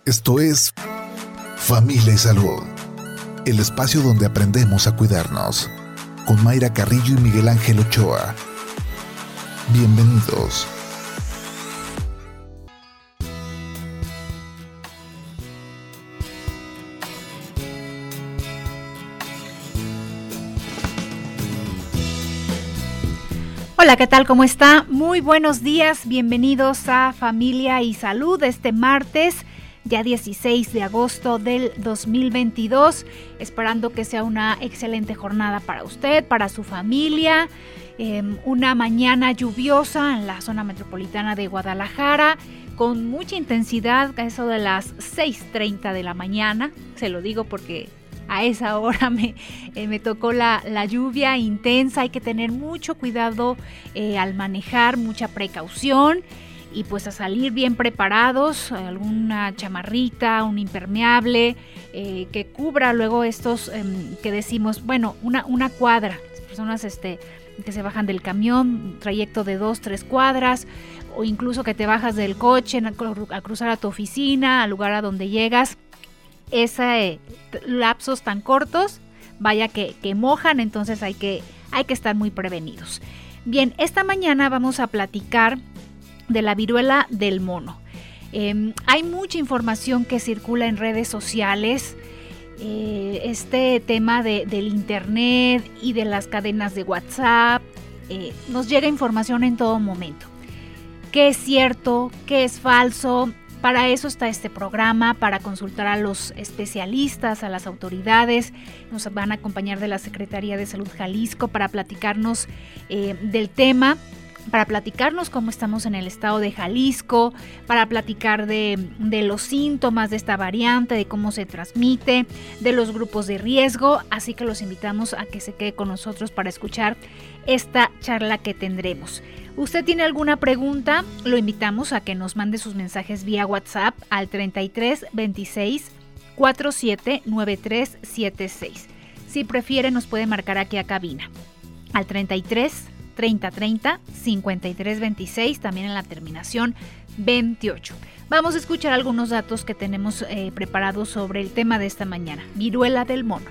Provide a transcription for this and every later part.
Esto es Familia y Salud, el espacio donde aprendemos a cuidarnos, con Mayra Carrillo y Miguel Ángel Ochoa. Bienvenidos. Hola, ¿qué tal? ¿Cómo está? Muy buenos días, bienvenidos a Familia y Salud este martes, ya 16 de agosto del 2022, esperando que sea una excelente jornada para usted, para su familia, una mañana lluviosa en la zona metropolitana de Guadalajara, con mucha intensidad a eso de las 6:30 de la mañana, se lo digo porque a esa hora me tocó la lluvia intensa. Hay que tener mucho cuidado al manejar, mucha precaución y pues a salir bien preparados, alguna chamarrita, un impermeable que cubra luego estos que decimos, bueno, una cuadra, las personas que se bajan del camión, un trayecto de 2-3 cuadras, o incluso que te bajas del coche a cruzar a tu oficina, al lugar a donde llegas. Lapsos tan cortos, vaya que mojan, entonces hay que estar muy prevenidos. Bien, esta mañana vamos a platicar de la viruela del mono. Hay mucha información que circula en redes sociales, este tema del internet y de las cadenas de WhatsApp, nos llega información en todo momento. ¿Qué es cierto? ¿Qué es falso? Para eso está este programa, para consultar a los especialistas, a las autoridades. Nos van a acompañar de la Secretaría de Salud Jalisco para platicarnos del tema, para platicarnos cómo estamos en el estado de Jalisco, para platicar de los síntomas de esta variante, de cómo se transmite, de los grupos de riesgo. Así que los invitamos a que se quede con nosotros para escuchar esta charla que tendremos. ¿Usted tiene alguna pregunta? Lo invitamos a que nos mande sus mensajes vía WhatsApp al 33 26 47 93 76. Si prefiere, nos puede marcar aquí a cabina al 33 30 30 53 26, también en la terminación 28. Vamos a escuchar algunos datos que tenemos preparados sobre el tema de esta mañana: viruela del mono.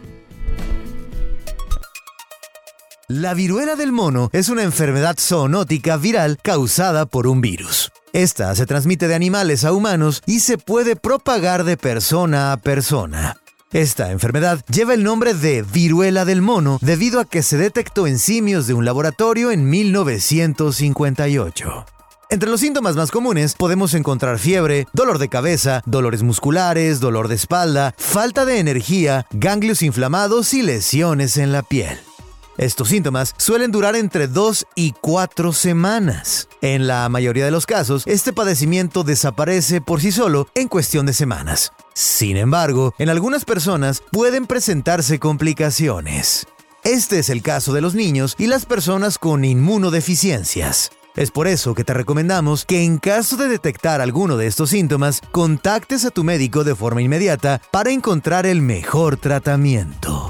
La viruela del mono es una enfermedad zoonótica viral causada por un virus. Esta se transmite de animales a humanos y se puede propagar de persona a persona. Esta enfermedad lleva el nombre de viruela del mono debido a que se detectó en simios de un laboratorio en 1958. Entre los síntomas más comunes podemos encontrar fiebre, dolor de cabeza, dolores musculares, dolor de espalda, falta de energía, ganglios inflamados y lesiones en la piel. Estos síntomas suelen durar entre 2 y 4 semanas. En la mayoría de los casos, este padecimiento desaparece por sí solo en cuestión de semanas. Sin embargo, en algunas personas pueden presentarse complicaciones. Este es el caso de los niños y las personas con inmunodeficiencias. Es por eso que te recomendamos que en caso de detectar alguno de estos síntomas, contactes a tu médico de forma inmediata para encontrar el mejor tratamiento.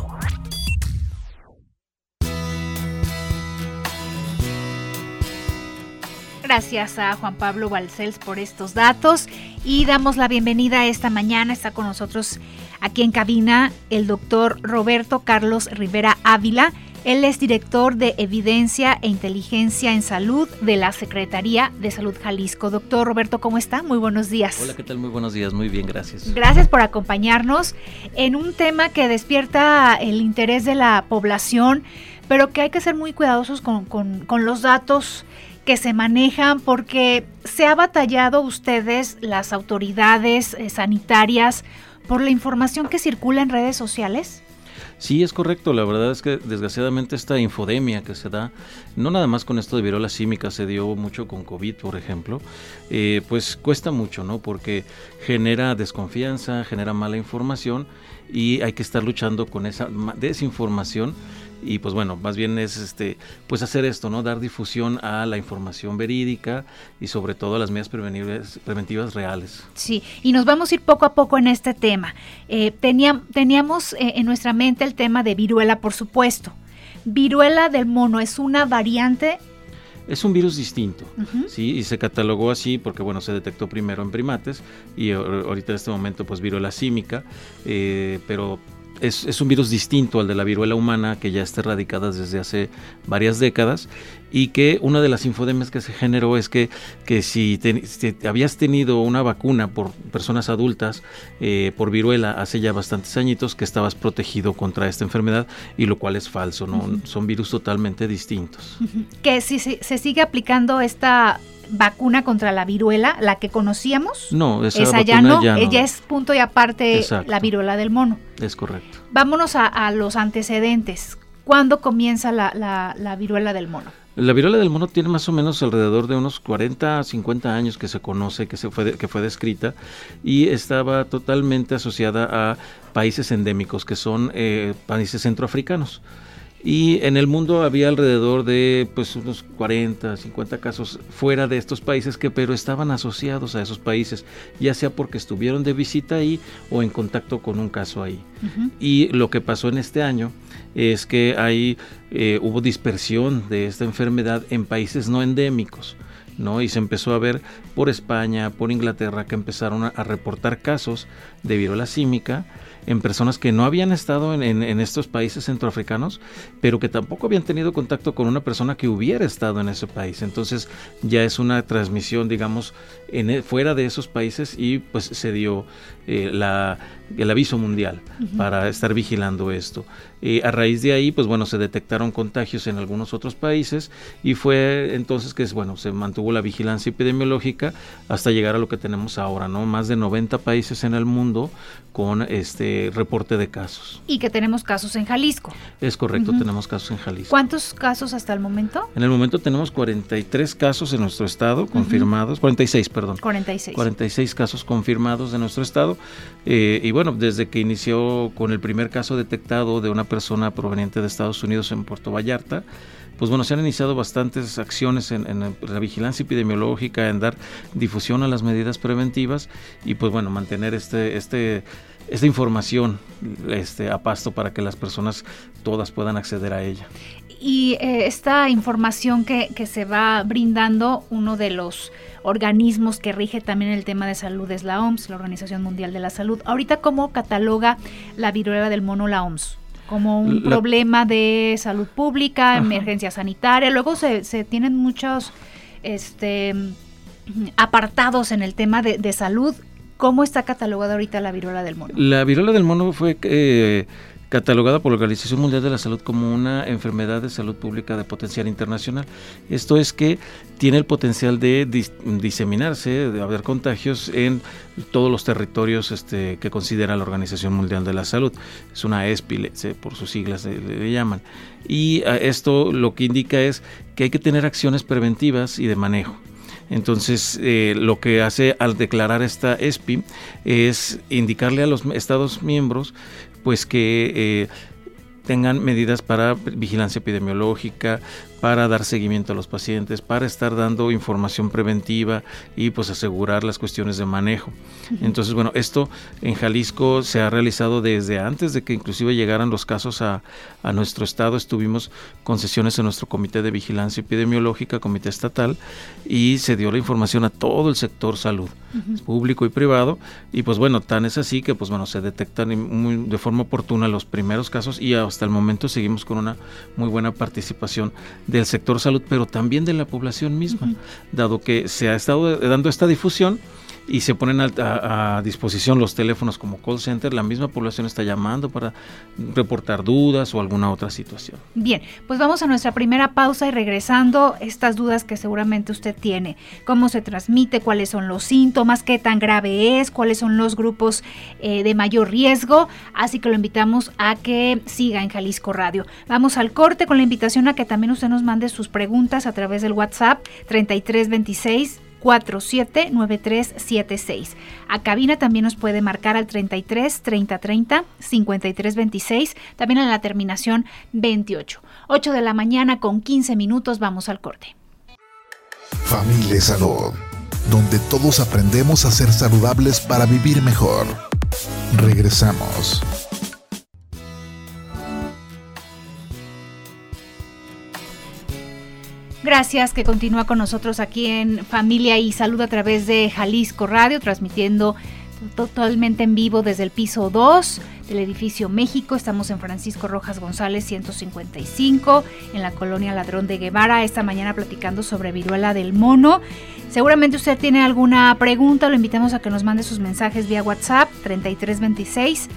Gracias a Juan Pablo Balcells por estos datos y damos la bienvenida esta mañana. Está con nosotros aquí en cabina el doctor Roberto Carlos Rivera Ávila. Él es director de Evidencia e Inteligencia en Salud de la Secretaría de Salud Jalisco. Doctor Roberto, ¿cómo está? Muy buenos días. Hola, ¿qué tal? Muy buenos días, muy bien, gracias. Gracias por acompañarnos en un tema que despierta el interés de la población, pero que hay que ser muy cuidadosos con los datos que se manejan, porque se ha batallado ustedes, las autoridades sanitarias, por la información que circula en redes sociales. Sí, es correcto. La verdad es que desgraciadamente esta infodemia que se da, no nada más con esto de viruela símica, se dio mucho con COVID, por ejemplo, pues cuesta mucho, ¿no? Porque genera desconfianza, genera mala información y hay que estar luchando con esa desinformación. Y pues bueno, más bien es pues hacer esto, ¿no? Dar difusión a la información verídica y sobre todo a las medidas preventivas reales. Sí, y nos vamos a ir poco a poco en este tema. Teníamos en nuestra mente el tema de viruela, por supuesto. ¿Viruela del mono es una variante? Es un virus distinto, ¿sí? Y se catalogó así porque, bueno, se detectó primero en primates y ahorita en este momento, pues, viruela símica, pero es un virus distinto al de la viruela humana, que ya está erradicada desde hace varias décadas, y que una de las infodemias que se generó es que si habías tenido una vacuna por personas adultas por viruela hace ya bastantes añitos, que estabas protegido contra esta enfermedad, y lo cual es falso, ¿no? Son virus totalmente distintos. Que si se sigue aplicando esta vacuna contra la viruela, la que conocíamos, no, esa ya no, ella es punto y aparte. Exacto. La viruela del mono. Es correcto. Vámonos a los antecedentes. ¿Cuándo comienza la viruela del mono? La viruela del mono tiene más o menos alrededor de unos 40 a 50 años que se conoce, que fue descrita, y estaba totalmente asociada a países endémicos, que son países centroafricanos. Y en el mundo había alrededor de pues unos 40, 50 casos fuera de estos países, pero estaban asociados a esos países, ya sea porque estuvieron de visita ahí o en contacto con un caso ahí. Y lo que pasó en este año es que hubo dispersión de esta enfermedad en países no endémicos, ¿no? Y se empezó a ver por España, por Inglaterra, que empezaron a reportar casos de viruela símica en personas que no habían estado en estos países centroafricanos, pero que tampoco habían tenido contacto con una persona que hubiera estado en ese país. Entonces ya es una transmisión, digamos, fuera de esos países, y pues se dio el aviso mundial para estar vigilando esto. A raíz de ahí, pues bueno, se detectaron contagios en algunos otros países, y fue entonces que se mantuvo la vigilancia epidemiológica hasta llegar a lo que tenemos ahora, ¿no? Más de 90 países en el mundo con reporte de casos. Y que tenemos casos en Jalisco. Es correcto, tenemos casos en Jalisco. ¿Cuántos casos hasta el momento? En el momento tenemos 43 casos en nuestro estado confirmados, 46, perdón. 46 casos confirmados en nuestro estado. Y bueno, desde que inició con el primer caso detectado de una persona proveniente de Estados Unidos en Puerto Vallarta, pues bueno, se han iniciado bastantes acciones en la vigilancia epidemiológica, en dar difusión a las medidas preventivas, y pues bueno, mantener esta información a pasto para que las personas todas puedan acceder a ella. Y esta información que se va brindando, uno de los organismos que rige también el tema de salud es la OMS, la Organización Mundial de la Salud. Ahorita, ¿cómo cataloga la viruela del mono la OMS? Como un problema de salud pública, emergencia sanitaria. Luego se tienen muchos apartados en el tema de salud. ¿Cómo está catalogada ahorita la viruela del mono? La viruela del mono fue catalogada por la Organización Mundial de la Salud como una enfermedad de salud pública de potencial internacional. Esto es que tiene el potencial de diseminarse, de haber contagios en todos los territorios que considera la Organización Mundial de la Salud. Es una ESPI, por sus siglas le llaman. Y esto lo que indica es que hay que tener acciones preventivas y de manejo. Entonces, lo que hace al declarar esta ESPI es indicarle a los Estados miembros pues que tengan medidas para vigilancia epidemiológica, para dar seguimiento a los pacientes, para estar dando información preventiva y pues asegurar las cuestiones de manejo. Entonces, bueno, esto en Jalisco se ha realizado desde antes de que inclusive llegaran los casos a nuestro estado. Estuvimos con sesiones en nuestro comité de vigilancia epidemiológica, comité estatal, y se dio la información a todo el sector salud, público y privado, y pues bueno, tan es así que pues bueno, se detectan de forma oportuna los primeros casos, y hasta el momento seguimos con una muy buena participación del sector salud, pero también de la población misma, dado que se ha estado dando esta difusión y se ponen a disposición los teléfonos como call center. La misma población está llamando para reportar dudas o alguna otra situación. Bien, pues vamos a nuestra primera pausa, y regresando, estas dudas que seguramente usted tiene: cómo se transmite, cuáles son los síntomas, qué tan grave es, cuáles son los grupos de mayor riesgo. Así que lo invitamos a que siga en Jalisco Radio. Vamos al corte con la invitación a que también usted nos mande sus preguntas a través del WhatsApp 3326 479376. A cabina también nos puede marcar al 33 30 30 53 26, también en la terminación 28. 8 de la mañana con 15 minutos, vamos al corte. Familia y Salud, donde todos aprendemos a ser saludables para vivir mejor. Regresamos. Gracias, que continúa con nosotros aquí en Familia y Salud a través de Jalisco Radio, transmitiendo totalmente en vivo desde el piso 2 del edificio México. Estamos en Francisco Rojas González 155, en la colonia Ladrón de Guevara, esta mañana platicando sobre viruela del mono. Seguramente usted tiene alguna pregunta, lo invitamos a que nos mande sus mensajes vía WhatsApp 3326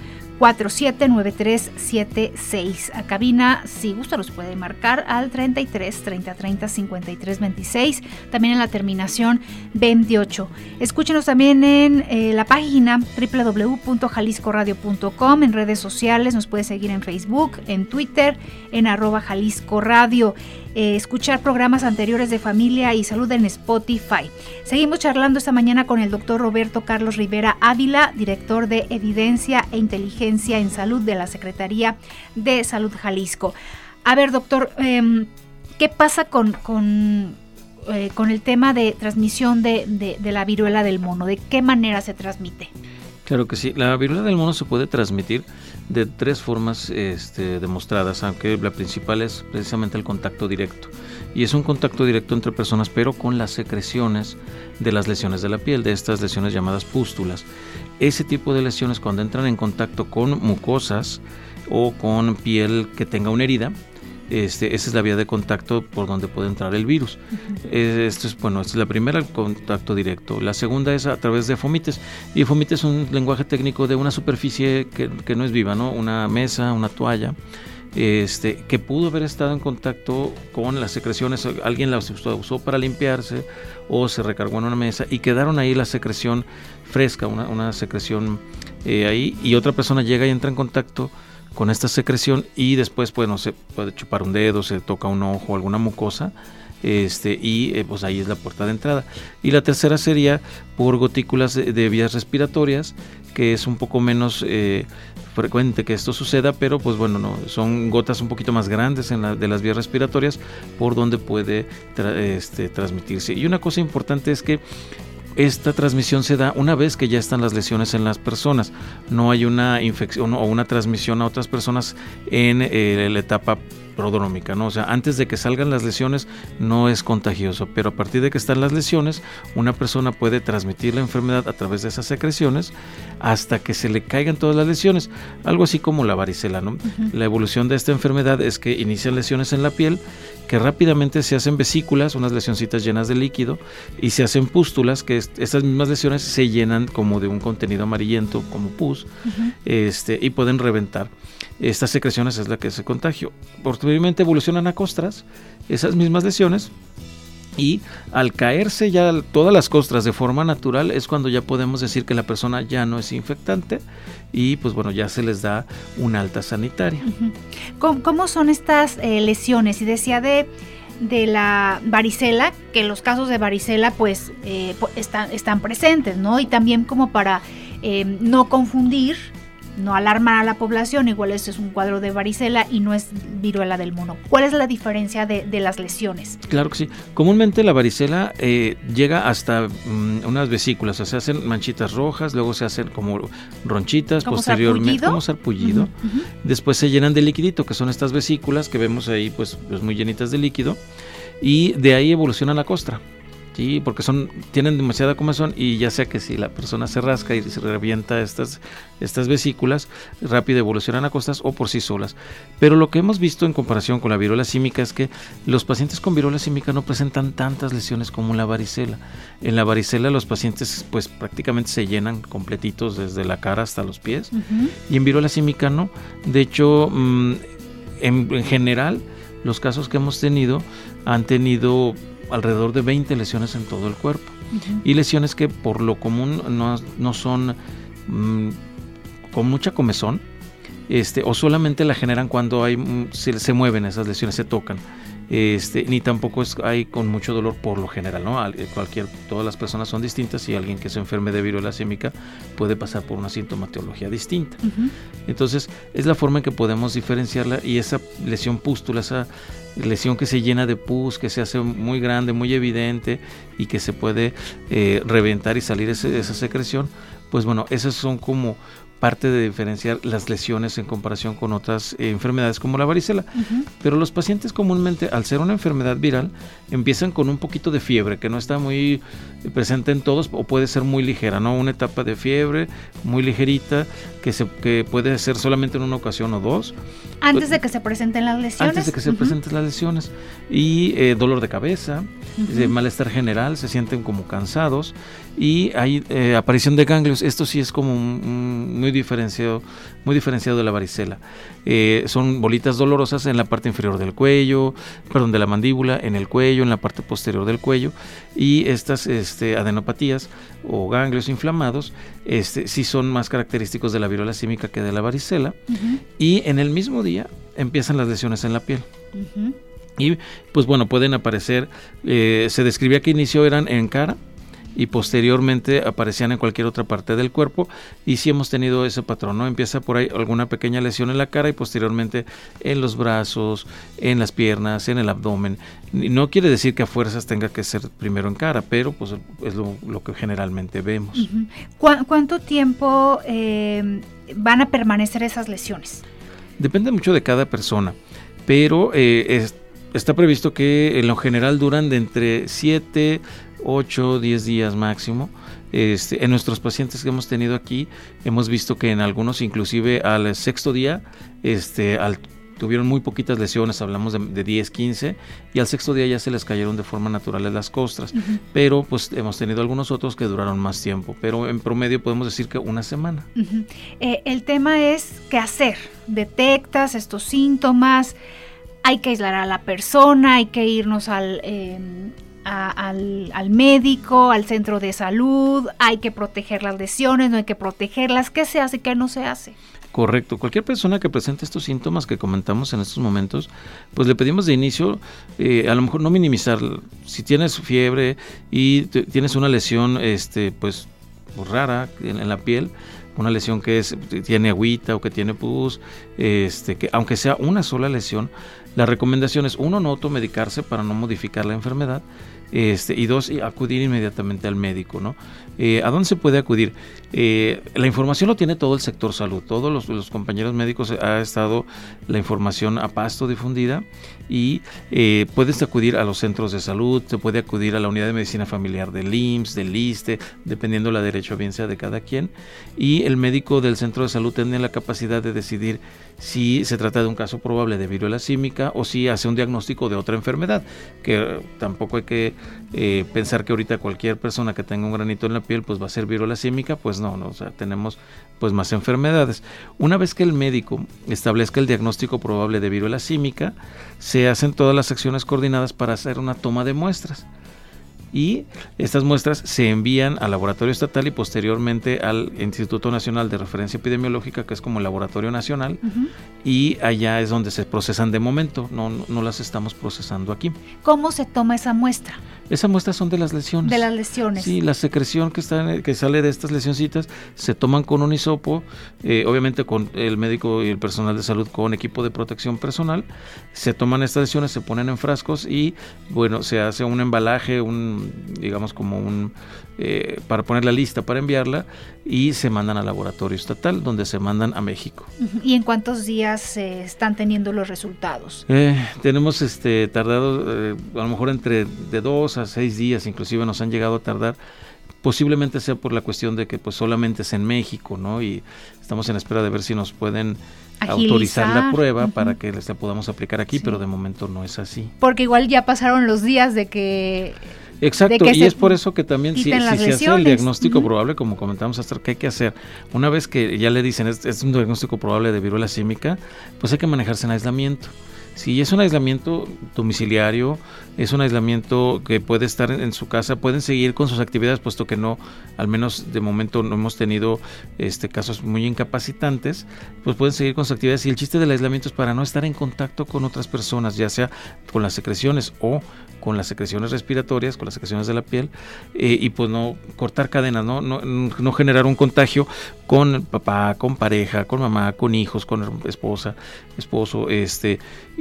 479376. A cabina, si gusta, los puede marcar al 33 30 30 53 26, también en la terminación 28. Escúchenos también en la página www.jaliscoradio.com, en redes sociales, nos puede seguir en Facebook, en Twitter, en @JaliscoRadio. Escuchar programas anteriores de Familia y Salud en Spotify. Seguimos charlando esta mañana con el doctor Roberto Carlos Rivera Ávila, director de Evidencia e Inteligencia en Salud de la Secretaría de Salud Jalisco. A ver, doctor, ¿qué pasa con el tema de transmisión de la viruela del mono? ¿De qué manera se transmite? Claro que sí, la viruela del mono se puede transmitir de 3 formas demostradas, aunque la principal es precisamente el contacto directo. Y es un contacto directo entre personas, pero con las secreciones de las lesiones de la piel, de estas lesiones llamadas pústulas. Ese tipo de lesiones, cuando entran en contacto con mucosas o con piel que tenga una herida, esa es la vía de contacto por donde puede entrar el virus. Esta es la primera, el contacto directo. La segunda es a través de fomites, y fomites es un lenguaje técnico de una superficie que no es viva, ¿no? Una mesa, una toalla, que pudo haber estado en contacto con las secreciones. Alguien la usó para limpiarse o se recargó en una mesa y quedaron ahí la secreción fresca, una secreción ahí, y otra persona llega y entra en contacto con esta secreción y después se puede chupar un dedo, se toca un ojo, alguna mucosa, pues ahí es la puerta de entrada. Y la tercera sería por gotículas de vías respiratorias, que es un poco menos frecuente que esto suceda, pero pues bueno, no, son gotas un poquito más grandes de las vías respiratorias por donde puede transmitirse. Y una cosa importante es que esta transmisión se da una vez que ya están las lesiones en las personas. No hay una infección o una transmisión a otras personas en la etapa prodrómica, ¿no? O sea, antes de que salgan las lesiones no es contagioso, pero a partir de que están las lesiones, una persona puede transmitir la enfermedad a través de esas secreciones hasta que se le caigan todas las lesiones. Algo así como la varicela, ¿no? Uh-huh. La evolución de esta enfermedad es que inician lesiones en la piel, que rápidamente se hacen vesículas, unas lesioncitas llenas de líquido, y se hacen pústulas, que estas mismas lesiones se llenan como de un contenido amarillento, como pus, uh-huh. Y pueden reventar. Estas secreciones es la que se contagió. Posteriormente evolucionan a costras, esas mismas lesiones, y al caerse ya todas las costras de forma natural es cuando ya podemos decir que la persona ya no es infectante y pues bueno, ya se les da un alta sanitaria. Uh-huh. ¿Cómo son estas lesiones? Y decía de la varicela, que los casos de varicela pues están presentes, ¿no? Y también como para no confundir, no alarmar a la población, igual este es un cuadro de varicela y no es viruela del mono. ¿Cuál es la diferencia de las lesiones? Claro que sí. Comúnmente la varicela llega hasta unas vesículas, o sea, se hacen manchitas rojas, luego se hacen como ronchitas, posteriormente como sarpullido. Uh-huh. Después se llenan de liquidito, que son estas vesículas que vemos ahí pues muy llenitas de líquido, y de ahí evoluciona la costra. Sí, porque tienen demasiada comezón, y ya sea que si la persona se rasca y se revienta estas vesículas, rápido evolucionan a costras o por sí solas. Pero lo que hemos visto en comparación con la viruela símica es que los pacientes con viruela símica no presentan tantas lesiones como la varicela. En la varicela los pacientes pues prácticamente se llenan completitos desde la cara hasta los pies, uh-huh. Y en viruela símica no. De hecho, en general, los casos que hemos tenido han tenido alrededor de 20 lesiones en todo el cuerpo, uh-huh. Y lesiones que por lo común no son con mucha comezón, o solamente la generan cuando se mueven esas lesiones, se tocan, ni tampoco hay con mucho dolor por lo general, ¿no? Todas las personas son distintas y alguien que se enferme de viruela símica puede pasar por una sintomatología distinta. Uh-huh. Entonces es la forma en que podemos diferenciarla, y esa lesión pústula, esa lesión que se llena de pus, que se hace muy grande, muy evidente y que se puede reventar y salir esa secreción, pues bueno, esas son como parte de diferenciar las lesiones en comparación con otras enfermedades como la varicela. Pero los pacientes comúnmente, al ser una enfermedad viral, empiezan con un poquito de fiebre, que no está muy presente en todos, o puede ser muy ligera, ¿no? Una etapa de fiebre muy ligerita, que puede ser solamente en una ocasión o dos. Antes de que se presenten las lesiones. Antes de que se presenten las lesiones. Y dolor de cabeza, malestar general, se sienten como cansados, y hay aparición de ganglios. Esto sí es como muy diferenciado de la varicela. Son bolitas dolorosas en la parte inferior del cuello, de la mandíbula, en el cuello, en la parte posterior del cuello, y estas adenopatías o ganglios inflamados sí son más característicos de la viruela símica que de la varicela. Y en el mismo día empiezan las lesiones en la piel. Y pues bueno, pueden aparecer, se describía que inicio eran en cara y posteriormente aparecían en cualquier otra parte del cuerpo, y sí hemos tenido ese patrón, ¿no? Empieza por ahí alguna pequeña lesión en la cara y posteriormente en los brazos, en las piernas, en el abdomen. No quiere decir que a fuerzas tenga que ser primero en cara, pero pues es lo que generalmente vemos. ¿Cuánto tiempo van a permanecer esas lesiones? Depende mucho de cada persona, pero está previsto que en lo general duran de entre 7, 8, 10 días máximo. En nuestros pacientes que hemos tenido aquí, hemos visto que en algunos inclusive al sexto día tuvieron muy poquitas lesiones, hablamos de 10, 15, y al sexto día ya se les cayeron de forma natural las costras. Pero pues hemos tenido algunos otros que duraron más tiempo, pero en promedio podemos decir que una semana. El tema es qué hacer. Detectas estos síntomas, hay que aislar a la persona, hay que irnos al médico, al centro de salud, hay que proteger las lesiones, no hay que protegerlas. ¿Qué se hace y qué no se hace? Correcto. Cualquier persona que presente estos síntomas que comentamos en estos momentos, pues le pedimos de inicio, a lo mejor no minimizar. Si tienes fiebre y tienes una lesión pues rara en la piel, una lesión que tiene agüita o que tiene pus, que aunque sea una sola lesión, la recomendación es, 1, no automedicarse para no modificar la enfermedad, y 2, acudir inmediatamente al médico, ¿no? ¿A dónde se puede acudir? La información lo tiene todo el sector salud, todos los compañeros médicos, ha estado la información a pasto difundida, y puedes acudir a los centros de salud, se puede acudir a la unidad de medicina familiar del IMSS, del ISSSTE, dependiendo la derechohabiencia de cada quien, y el médico del centro de salud tiene la capacidad de decidir si se trata de un caso probable de viruela símica o si hace un diagnóstico de otra enfermedad, que tampoco hay que pensar que ahorita cualquier persona que tenga un granito en la piel pues va a ser viruela símica. Pues no, o sea, tenemos pues más enfermedades. Una vez que el médico establezca el diagnóstico probable de viruela símica, se hacen todas las acciones coordinadas para hacer una toma de muestras, y estas muestras se envían al laboratorio estatal y posteriormente al Instituto Nacional de Referencia Epidemiológica, que es como el laboratorio nacional, y allá es donde se procesan de momento, no las estamos procesando aquí. ¿Cómo se toma esa muestra? Esas muestras son de las lesiones. De las lesiones. Sí, la secreción que sale de estas lesioncitas se toman con un hisopo, obviamente con el médico y el personal de salud con equipo de protección personal. Se toman estas lesiones, se ponen en frascos y bueno, se hace un embalaje, digamos como para poner la lista para enviarla, y se mandan al laboratorio estatal, donde se mandan a México. ¿Y en cuántos días se están teniendo los resultados? Tenemos tardado a lo mejor entre de 2 a 6 días, inclusive nos han llegado a tardar. Posiblemente sea por la cuestión de que pues solamente es en México, ¿no? Y estamos en espera de ver si nos pueden autorizar la prueba para que la podamos aplicar aquí, pero de momento no es así. Porque igual ya pasaron los días de que... Exacto, y es por eso que también si se hace el diagnóstico probable, como comentamos hasta ¿qué hay que hacer? Una vez que ya le dicen es un diagnóstico probable de viruela símica, pues hay que manejarse en aislamiento. Si es un aislamiento domiciliario, es un aislamiento que puede estar en su casa, pueden seguir con sus actividades, puesto que no, al menos de momento no hemos tenido casos muy incapacitantes, pues pueden seguir con sus actividades, y el chiste del aislamiento es para no estar en contacto con otras personas, ya sea con las secreciones o con las secreciones respiratorias, con las secreciones de la piel, y pues no cortar cadenas, no generar un contagio con papá, con pareja, con mamá, con hijos, con esposa, esposo,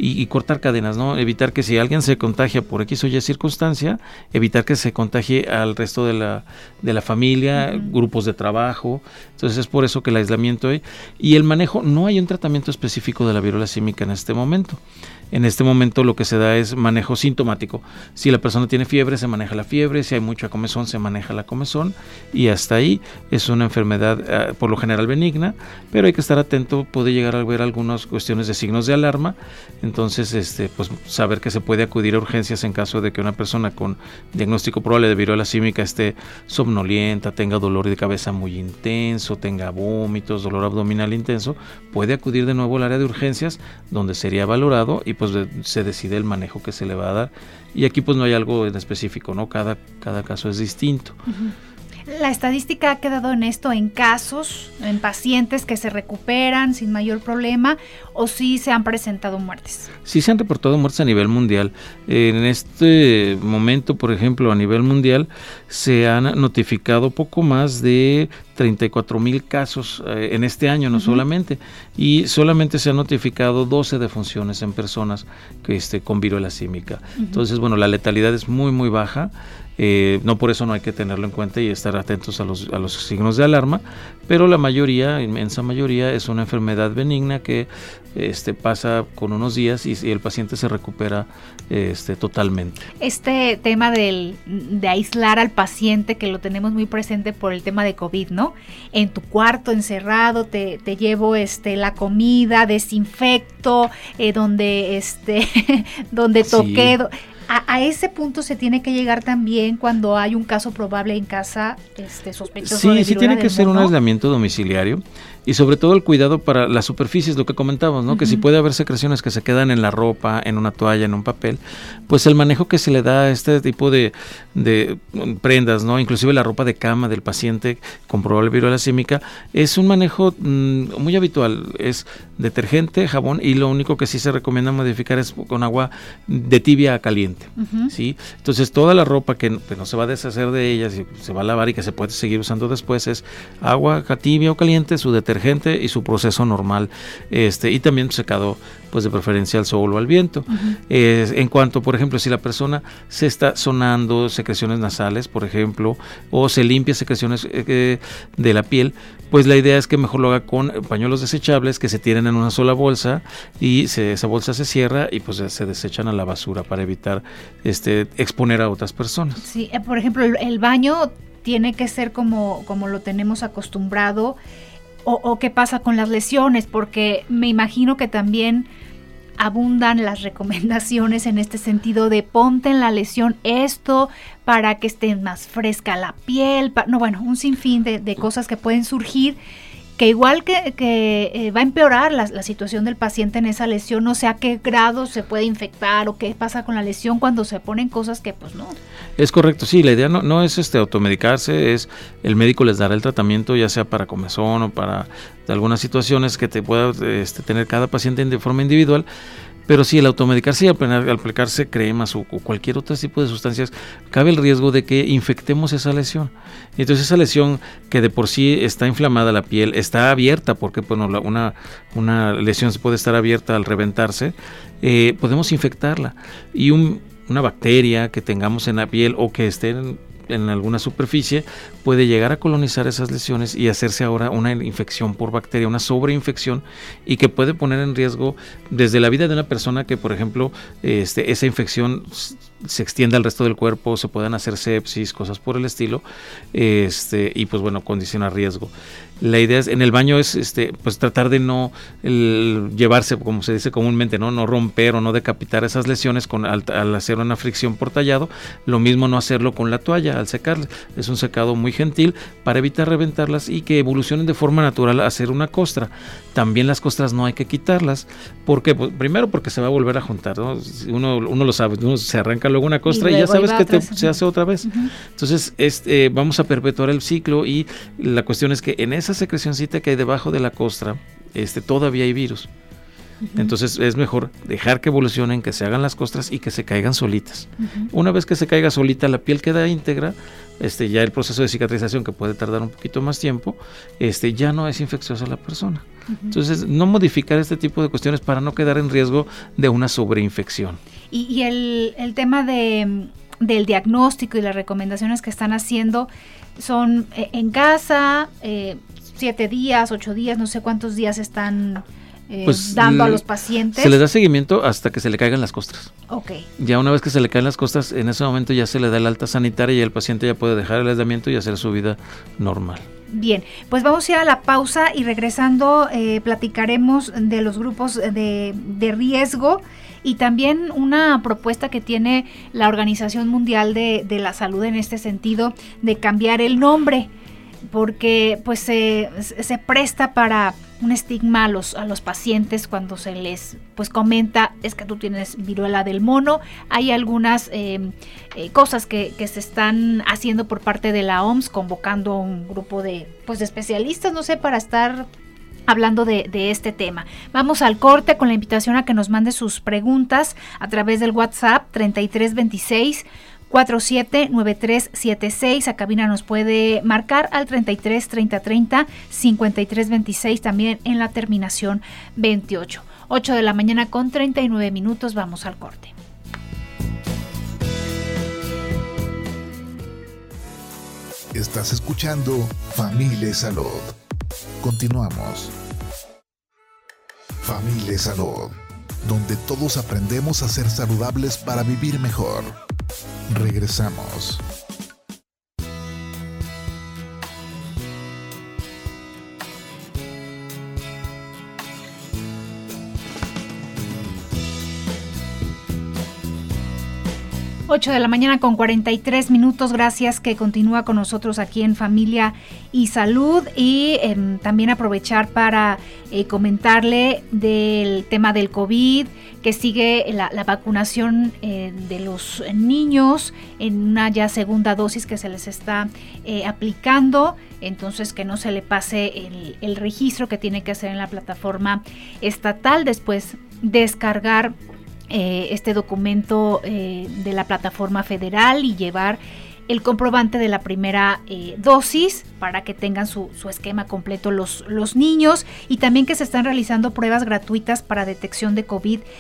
y cortar cadenas, ¿no? Evitar que si alguien se contagia por X o Y circunstancia, evitar que se contagie al resto de la familia, grupos de trabajo. Entonces es por eso que el aislamiento y el manejo, no hay un tratamiento específico de la viruela símica en este momento. En este momento lo que se da es manejo sintomático. Si la persona tiene fiebre, se maneja la fiebre. Si hay mucha comezón, se maneja la comezón. Y hasta ahí es una enfermedad por lo general benigna, pero hay que estar atento. Puede llegar a haber algunas cuestiones de signos de alarma. Entonces, pues saber que se puede acudir a urgencias en caso de que una persona con diagnóstico probable de viruela símica esté somnolienta, tenga dolor de cabeza muy intenso, tenga vómitos, dolor abdominal intenso. Puede acudir de nuevo al área de urgencias, donde sería valorado y pues se decide el manejo que se le va a dar. Y aquí pues no hay algo en específico, ¿no? Cada caso es distinto. La estadística ha quedado en esto, en casos, en pacientes que se recuperan sin mayor problema, o sí se han presentado muertes. Sí se han reportado muertes a nivel mundial. En este momento, por ejemplo, a nivel mundial se han notificado poco más de 34,000 casos en este año, no solamente, y solamente se han notificado 12 defunciones en personas que con viruela símica. Entonces, bueno, la letalidad es muy, muy baja. No por eso no hay que tenerlo en cuenta y estar atentos a los signos de alarma, pero la mayoría, inmensa mayoría, es una enfermedad benigna que pasa con unos días y el paciente se recupera totalmente. Este tema de aislar al paciente, que lo tenemos muy presente por el tema de COVID, ¿no? En tu cuarto encerrado, te llevo la comida, desinfecto, donde toqué. Sí. A ese punto se tiene que llegar también cuando hay un caso probable en casa sospechoso de viruela. Sí, tiene que ser un aislamiento domiciliario y sobre todo el cuidado para las superficies, lo que comentamos, ¿no? Que si puede haber secreciones que se quedan en la ropa, en una toalla, en un papel, pues el manejo que se le da a este tipo de prendas, ¿no? Inclusive la ropa de cama del paciente con probable viruela símica, es un manejo muy habitual, es detergente, jabón, y lo único que sí se recomienda modificar es con agua de tibia a caliente. ¿Sí? Entonces toda la ropa que no se va a deshacer de ella, se va a lavar y que se puede seguir usando después, es agua tibia o caliente, su detergente y su proceso normal, y también secado pues de preferencia al sol o al viento. En cuanto, por ejemplo, si la persona se está sonando secreciones nasales, por ejemplo, o se limpia secreciones de la piel, pues la idea es que mejor lo haga con pañuelos desechables que se tienen en una sola bolsa y esa bolsa se cierra y pues se desechan a la basura para evitar exponer a otras personas. Sí, por ejemplo, el baño tiene que ser como lo tenemos acostumbrado, o qué pasa con las lesiones, porque me imagino que también abundan las recomendaciones en este sentido de ponte en la lesión esto para que esté más fresca la piel, un sinfín de cosas que pueden surgir, que igual que va a empeorar la situación del paciente en esa lesión, no sé a qué grado se puede infectar o qué pasa con la lesión cuando se ponen cosas que pues no. Es correcto, sí, la idea no es automedicarse, es el médico les dará el tratamiento ya sea para comezón o para algunas situaciones que te pueda tener cada paciente de forma individual. Pero sí, el automedicarse y al aplicarse cremas o cualquier otro tipo de sustancias, cabe el riesgo de que infectemos esa lesión. Entonces esa lesión que de por sí está inflamada la piel, está abierta, porque una lesión puede estar abierta al reventarse, podemos infectarla. Y una bacteria que tengamos en la piel o que esté en alguna superficie puede llegar a colonizar esas lesiones y hacerse ahora una infección por bacteria, una sobreinfección, y que puede poner en riesgo desde la vida de una persona que, por ejemplo, esa infección se extienda al resto del cuerpo, se puedan hacer sepsis, cosas por el estilo, y pues bueno, condiciona riesgo. La idea es, en el baño es pues tratar de no llevarse, como se dice comúnmente, no romper o no decapitar esas lesiones al hacer una fricción por tallado. Lo mismo no hacerlo con la toalla al secarlas. Es un secado muy gentil para evitar reventarlas y que evolucionen de forma natural a hacer una costra. También las costras no hay que quitarlas. ¿Por qué? Pues, primero porque se va a volver a juntar, ¿no? Uno lo sabe, uno se arranca luego una costra y ya sabes que se hace otra vez. Entonces vamos a perpetuar el ciclo, y la cuestión es que en esa secrecioncita que hay debajo de la costra todavía hay virus. Entonces es mejor dejar que evolucionen, que se hagan las costras y que se caigan solitas. Una vez que se caiga solita, la piel queda íntegra. Ya el proceso de cicatrización, que puede tardar un poquito más tiempo, ya no es infecciosa la persona. Entonces, no modificar este tipo de cuestiones para no quedar en riesgo de una sobreinfección. Y el tema del diagnóstico y las recomendaciones que están haciendo son en casa, 7 días, 8 días, no sé cuántos días están dando a los pacientes. Se les da seguimiento hasta que se le caigan las costras. Okay. Ya una vez que se le caen las costras, en ese momento ya se le da el alta sanitaria y el paciente ya puede dejar el aislamiento y hacer su vida normal. Bien, pues vamos a ir a la pausa y regresando platicaremos de los grupos de riesgo y también una propuesta que tiene la Organización Mundial de la Salud en este sentido de cambiar el nombre, porque pues se presta para un estigma a los pacientes cuando se les pues comenta es que tú tienes viruela del mono. Hay algunas cosas que se están haciendo por parte de la OMS, convocando a un grupo de especialistas, no sé, para estar hablando de este tema. Vamos al corte con la invitación a que nos mande sus preguntas a través del WhatsApp 3326 479376. A cabina nos puede marcar al 33 30 30 53 26, también en la terminación 28. 8 de la mañana con 39 minutos. Vamos al corte. Estás escuchando Familia y Salud. Continuamos. Familia y Salud, donde todos aprendemos a ser saludables para vivir mejor. Regresamos. Ocho de la mañana con 43 minutos. Gracias que continúa con nosotros aquí en Familia y Salud, y también aprovechar para comentarle del tema del COVID, que sigue la vacunación de los niños en una ya segunda dosis que se les está aplicando. Entonces, que no se le pase el registro que tiene que hacer en la plataforma estatal, después descargar este documento de la plataforma federal y llevar el comprobante de la primera dosis para que tengan su esquema completo los niños, y también que se están realizando pruebas gratuitas para detección de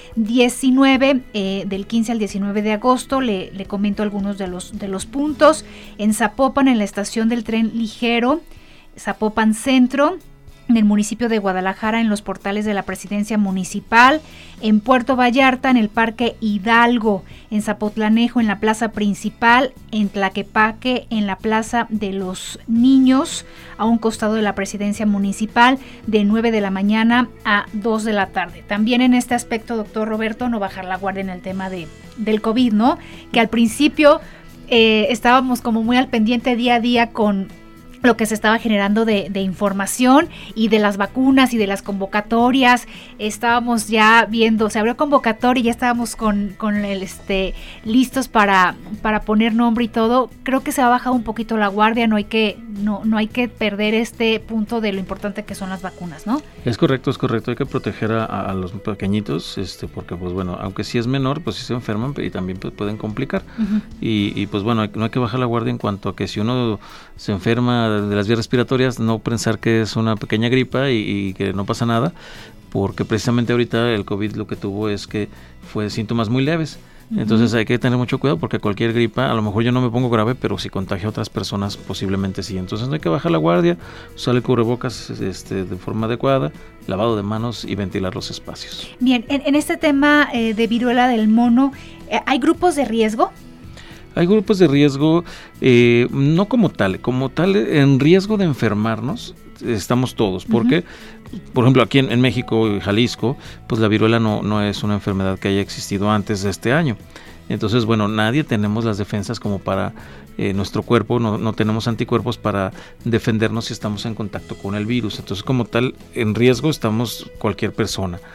COVID-19 del 15 al 19 de agosto. Le comento algunos de los puntos. En Zapopan, en la estación del tren ligero Zapopan Centro, en el municipio de Guadalajara, en los portales de la Presidencia Municipal, en Puerto Vallarta, en el Parque Hidalgo, en Zapotlanejo, en la Plaza Principal, en Tlaquepaque, en la Plaza de los Niños, a un costado de la Presidencia Municipal, de 9 de la mañana a 2 de la tarde. También en este aspecto, doctor Roberto, no bajar la guardia en el tema del COVID, ¿no? Que al principio estábamos como muy al pendiente día a día con lo que se estaba generando de información y de las vacunas y de las convocatorias. Estábamos ya viendo, se abrió convocatoria y ya estábamos con el listos para poner nombre y todo. Creo que se ha bajado un poquito la guardia, no hay que perder este punto de lo importante que son las vacunas, ¿no? Es correcto, hay que proteger a los pequeñitos, porque pues bueno, aunque sí es menor, pues sí se enferman y también pueden complicar. Uh-huh. Y pues bueno, no hay que bajar la guardia en cuanto a que si uno se enferma de las vías respiratorias, no pensar que es una pequeña gripa y que no pasa nada, porque precisamente ahorita el COVID lo que tuvo es que fue síntomas muy leves. Uh-huh. Entonces hay que tener mucho cuidado, porque cualquier gripa, a lo mejor yo no me pongo grave, pero si contagia a otras personas posiblemente sí. Entonces no hay que bajar la guardia, usar el cubrebocas de forma adecuada, lavado de manos y ventilar los espacios. Bien, en este tema de viruela del mono, ¿hay grupos de riesgo? Hay grupos de riesgo, no como tal, en riesgo de enfermarnos estamos todos, porque, por ejemplo, aquí en México y Jalisco, pues la viruela no es una enfermedad que haya existido antes de este año. Entonces, bueno, nadie tenemos las defensas como para nuestro cuerpo, no tenemos anticuerpos para defendernos si estamos en contacto con el virus. Entonces, como tal, en riesgo estamos cualquier persona.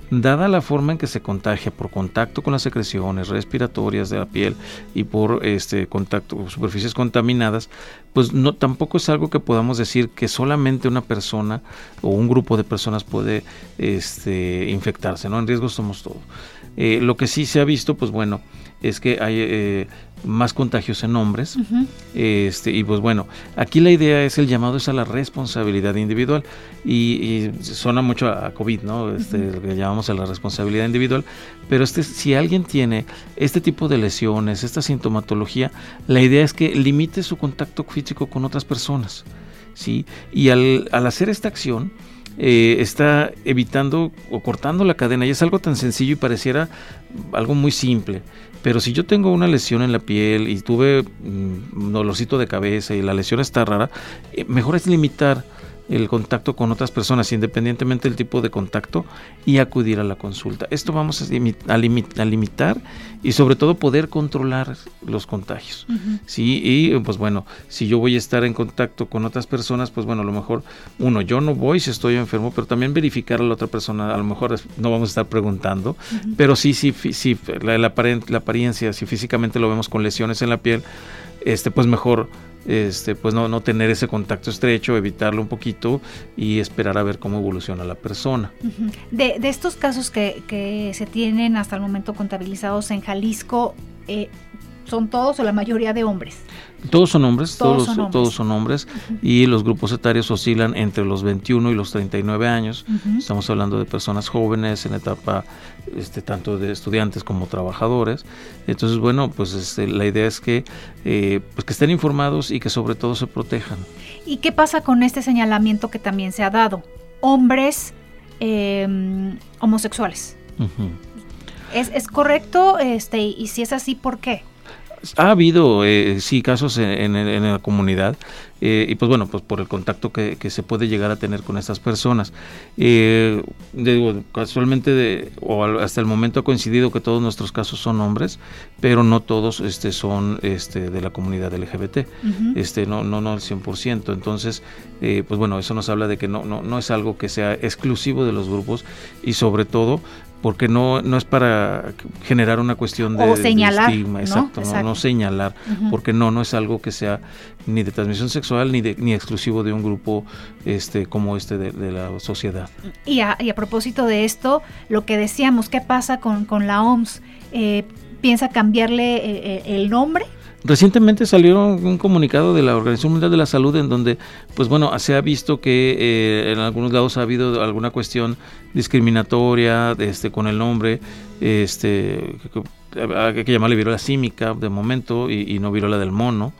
dada la forma en que se contagia por contacto con las secreciones respiratorias de la piel y por contacto, superficies contaminadas, pues no, tampoco es algo que podamos decir que solamente una persona o un grupo de personas puede infectarse, ¿no? En riesgo somos todos. Lo que sí se ha visto, pues bueno, es que hay más contagios en hombres. Uh-huh. Y pues bueno, aquí la idea es el llamado es a la responsabilidad individual y suena mucho a COVID, ¿no? Lo que llamamos a la responsabilidad individual, pero si alguien tiene este tipo de lesiones, esta sintomatología, la idea es que limite su contacto físico con otras personas, ¿sí? Y al hacer esta acción, está evitando o cortando la cadena, y es algo tan sencillo y pareciera algo muy simple, pero si yo tengo una lesión en la piel y tuve un dolorcito de cabeza y la lesión está rara, mejor es limitar el contacto con otras personas independientemente del tipo de contacto y acudir a la consulta. Esto vamos a limitar y sobre todo poder controlar los contagios. Uh-huh. Sí, y pues bueno, si yo voy a estar en contacto con otras personas, pues bueno, a lo mejor yo no voy si estoy enfermo, pero también verificar a la otra persona, a lo mejor no vamos a estar preguntando, uh-huh, pero sí, la apariencia, si físicamente lo vemos con lesiones en la piel, pues mejor pues no tener ese contacto estrecho, evitarlo un poquito y esperar a ver cómo evoluciona la persona. Uh-huh. De estos casos que se tienen hasta el momento contabilizados en Jalisco, ¿son todos o la mayoría de hombres? Todos son hombres, todos son hombres. Uh-huh. Y los grupos etarios oscilan entre los 21 y los 39 años. Uh-huh. Estamos hablando de personas jóvenes en etapa tanto de estudiantes como trabajadores. Entonces, bueno, pues la idea es que pues que estén informados y que sobre todo se protejan. ¿Y qué pasa con este señalamiento que también se ha dado? Hombres homosexuales. Uh-huh. ¿Es correcto? Y si es así, ¿por qué? Ha habido, sí, casos en la comunidad y pues bueno, pues por el contacto que se puede llegar a tener con estas personas. Casualmente hasta el momento ha coincidido que todos nuestros casos son hombres, pero no todos son de la comunidad LGBT, uh-huh, no al 100%. Entonces, pues bueno, eso nos habla de que no es algo que sea exclusivo de los grupos y sobre todo porque no es para generar una cuestión de señalar, de estigma, exacto. No señalar, uh-huh, porque no es algo que sea ni de transmisión sexual ni exclusivo de un grupo como de la sociedad. Y a propósito de esto, lo que decíamos, ¿qué pasa con la OMS? ¿Piensa cambiarle el nombre? Recientemente salió un comunicado de la Organización Mundial de la Salud en donde, pues bueno, se ha visto que en algunos lados ha habido alguna cuestión discriminatoria con el nombre, hay que llamarle viruela símica de momento y no viruela del mono.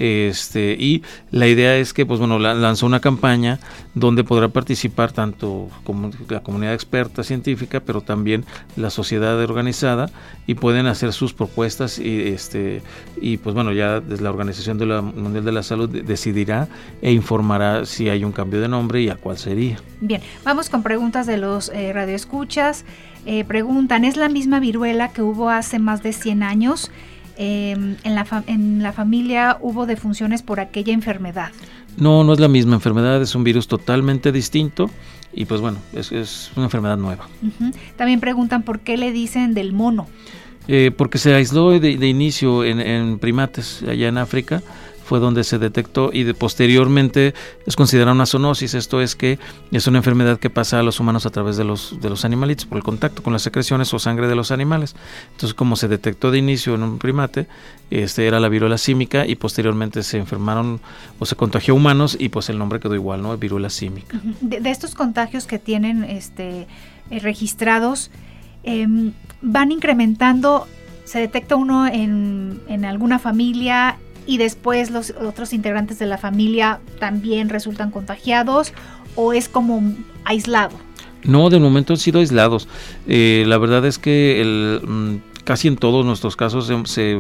Y la idea es que pues bueno lanzó una campaña donde podrá participar tanto como la comunidad experta científica, pero también la sociedad organizada, y pueden hacer sus propuestas y pues bueno, ya desde la Organización Mundial de la Salud decidirá e informará si hay un cambio de nombre y a cuál sería. Bien, vamos con preguntas de los radioescuchas. Preguntan, ¿es la misma viruela que hubo hace más de 100 años? En la familia hubo defunciones por aquella enfermedad. No es la misma enfermedad, es un virus totalmente distinto y pues bueno, es una enfermedad nueva. Uh-huh. También preguntan por qué le dicen del mono. Porque se aisló de inicio en primates allá en África, fue donde se detectó y posteriormente es considerada una zoonosis. Esto es que es una enfermedad que pasa a los humanos a través de los animalitos por el contacto con las secreciones o sangre de los animales. Entonces, como se detectó de inicio en un primate, era la viruela símica y posteriormente se enfermaron o se contagió a humanos y pues el nombre quedó igual, ¿no? Viruela símica. De estos contagios que tienen registrados, van incrementando, se detecta uno en alguna familia y después los otros integrantes de la familia también resultan contagiados, o es como aislado. No, de momento han sido aislados. La verdad es que casi en todos nuestros casos se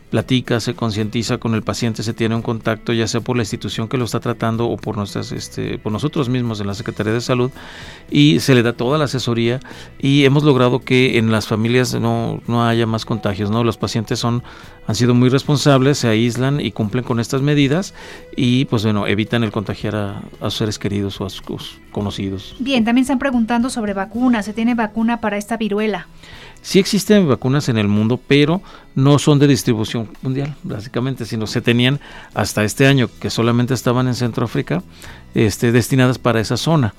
platica, se concientiza con el paciente, se tiene un contacto, ya sea por la institución que lo está tratando o por por nosotros mismos en la Secretaría de Salud, y se le da toda la asesoría, y hemos logrado que en las familias no haya más contagios, ¿no? Los pacientes han sido muy responsables, se aíslan y cumplen con estas medidas, y pues bueno, evitan el contagiar a sus seres queridos o a sus conocidos. Bien, también están preguntando sobre vacunas. ¿Se tiene vacuna para esta viruela? Sí existen vacunas en el mundo, pero no son de distribución mundial, básicamente, sino se tenían hasta este año, que solamente estaban en Centroáfrica, destinadas para esa zona.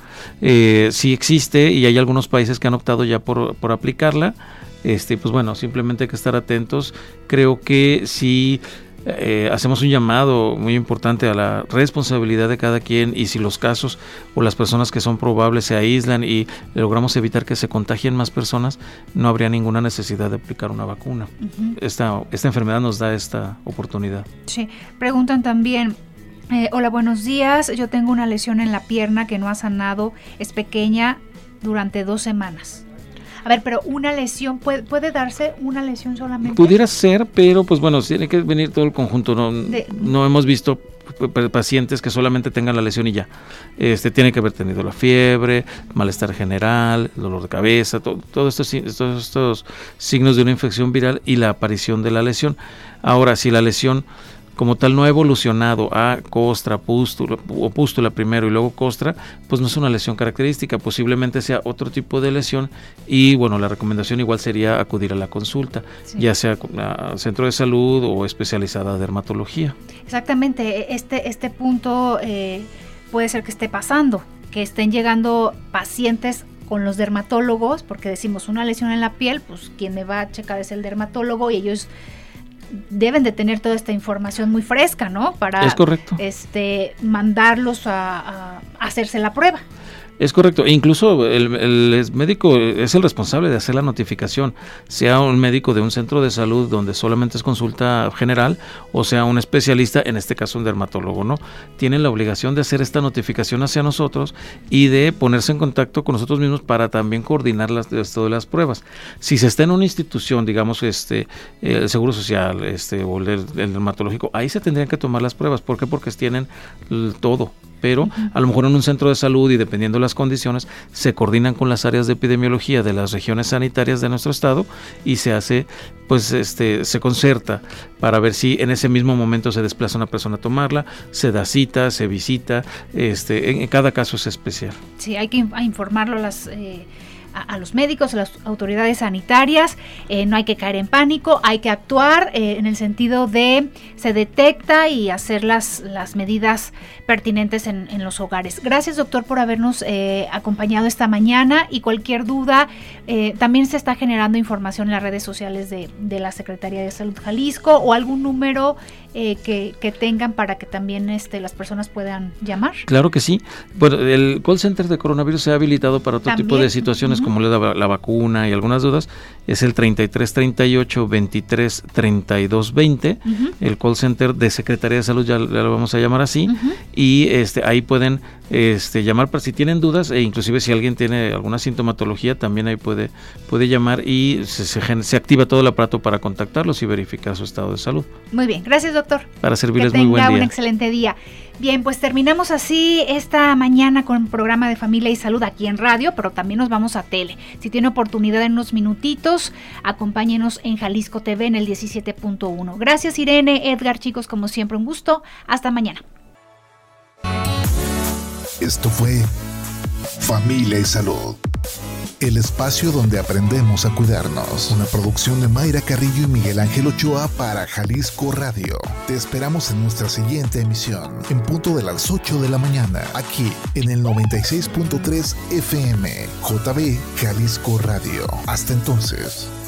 Sí existe, y hay algunos países que han optado ya por aplicarla. Pues bueno, simplemente hay que estar atentos. Creo que sí hacemos un llamado muy importante a la responsabilidad de cada quien, y si los casos o las personas que son probables se aíslan y logramos evitar que se contagien más personas, no habría ninguna necesidad de aplicar una vacuna. Uh-huh. Esta enfermedad nos da esta oportunidad. Sí, preguntan también, hola, buenos días, yo tengo una lesión en la pierna que no ha sanado, es pequeña, durante 2 semanas. A ver, pero una lesión, ¿puede darse una lesión solamente? Pudiera ser, pero pues bueno, tiene que venir todo el conjunto. No hemos visto pacientes que solamente tengan la lesión y ya. Tiene que haber tenido la fiebre, malestar general, dolor de cabeza, todos estos signos de una infección viral y la aparición de la lesión. Ahora, si la lesión como tal no ha evolucionado a costra, pústula primero y luego costra, pues no es una lesión característica, posiblemente sea otro tipo de lesión, y bueno, la recomendación igual sería acudir a la consulta, sí, ya sea a centro de salud o especializada de dermatología. Exactamente, este punto puede ser que esté pasando, que estén llegando pacientes con los dermatólogos, porque decimos una lesión en la piel, pues quien me va a checar es el dermatólogo, y ellos deben de tener toda esta información muy fresca, ¿no? Para es correcto. Mandarlos a hacerse la prueba. Es correcto, e incluso el médico es el responsable de hacer la notificación, sea un médico de un centro de salud donde solamente es consulta general, o sea un especialista, en este caso un dermatólogo, ¿no? Tienen la obligación de hacer esta notificación hacia nosotros y de ponerse en contacto con nosotros mismos para también coordinar todas las pruebas. Si se está en una institución, digamos el Seguro Social o el dermatológico, ahí se tendrían que tomar las pruebas. ¿Por qué? Porque tienen todo. Pero a lo mejor en un centro de salud, y dependiendo de las condiciones, se coordinan con las áreas de epidemiología de las regiones sanitarias de nuestro estado, y se hace, pues se concerta para ver si en ese mismo momento se desplaza una persona a tomarla, se da cita, se visita, en cada caso es especial. Sí, hay que informarlo a los médicos, a las autoridades sanitarias. No hay que caer en pánico, hay que actuar en el sentido de se detecta y hacer las medidas pertinentes en los hogares. Gracias, doctor, por habernos acompañado esta mañana, y cualquier duda, también se está generando información en las redes sociales de la Secretaría de Salud Jalisco, o algún número que tengan para que también las personas puedan llamar. Claro que sí. Bueno, el call center de coronavirus se ha habilitado para otro tipo de situaciones, como la vacuna y algunas dudas. Es el 33 38 23 32 20, el call center de Secretaría de Salud, ya lo vamos a llamar así, y ahí pueden llamar para si tienen dudas, e inclusive si alguien tiene alguna sintomatología, también ahí puede llamar, y se activa todo el aparato para contactarlos y verificar su estado de salud. Muy bien, gracias, doctor. Para servirles, muy buen día. Que tenga un excelente día. Bien, pues terminamos así esta mañana con el programa de Familia y Salud aquí en radio, pero también nos vamos a tele. Si tiene oportunidad en unos minutitos, acompáñenos en Jalisco TV en el 17.1. Gracias, Irene, Edgar, chicos, como siempre, un gusto. Hasta mañana. Esto fue Familia y Salud, el espacio donde aprendemos a cuidarnos. Una producción de Mayra Carrillo y Miguel Ángel Ochoa para Jalisco Radio. Te esperamos en nuestra siguiente emisión, en punto de las 8 de la mañana, aquí en el 96.3 FM, JB Jalisco Radio. Hasta entonces.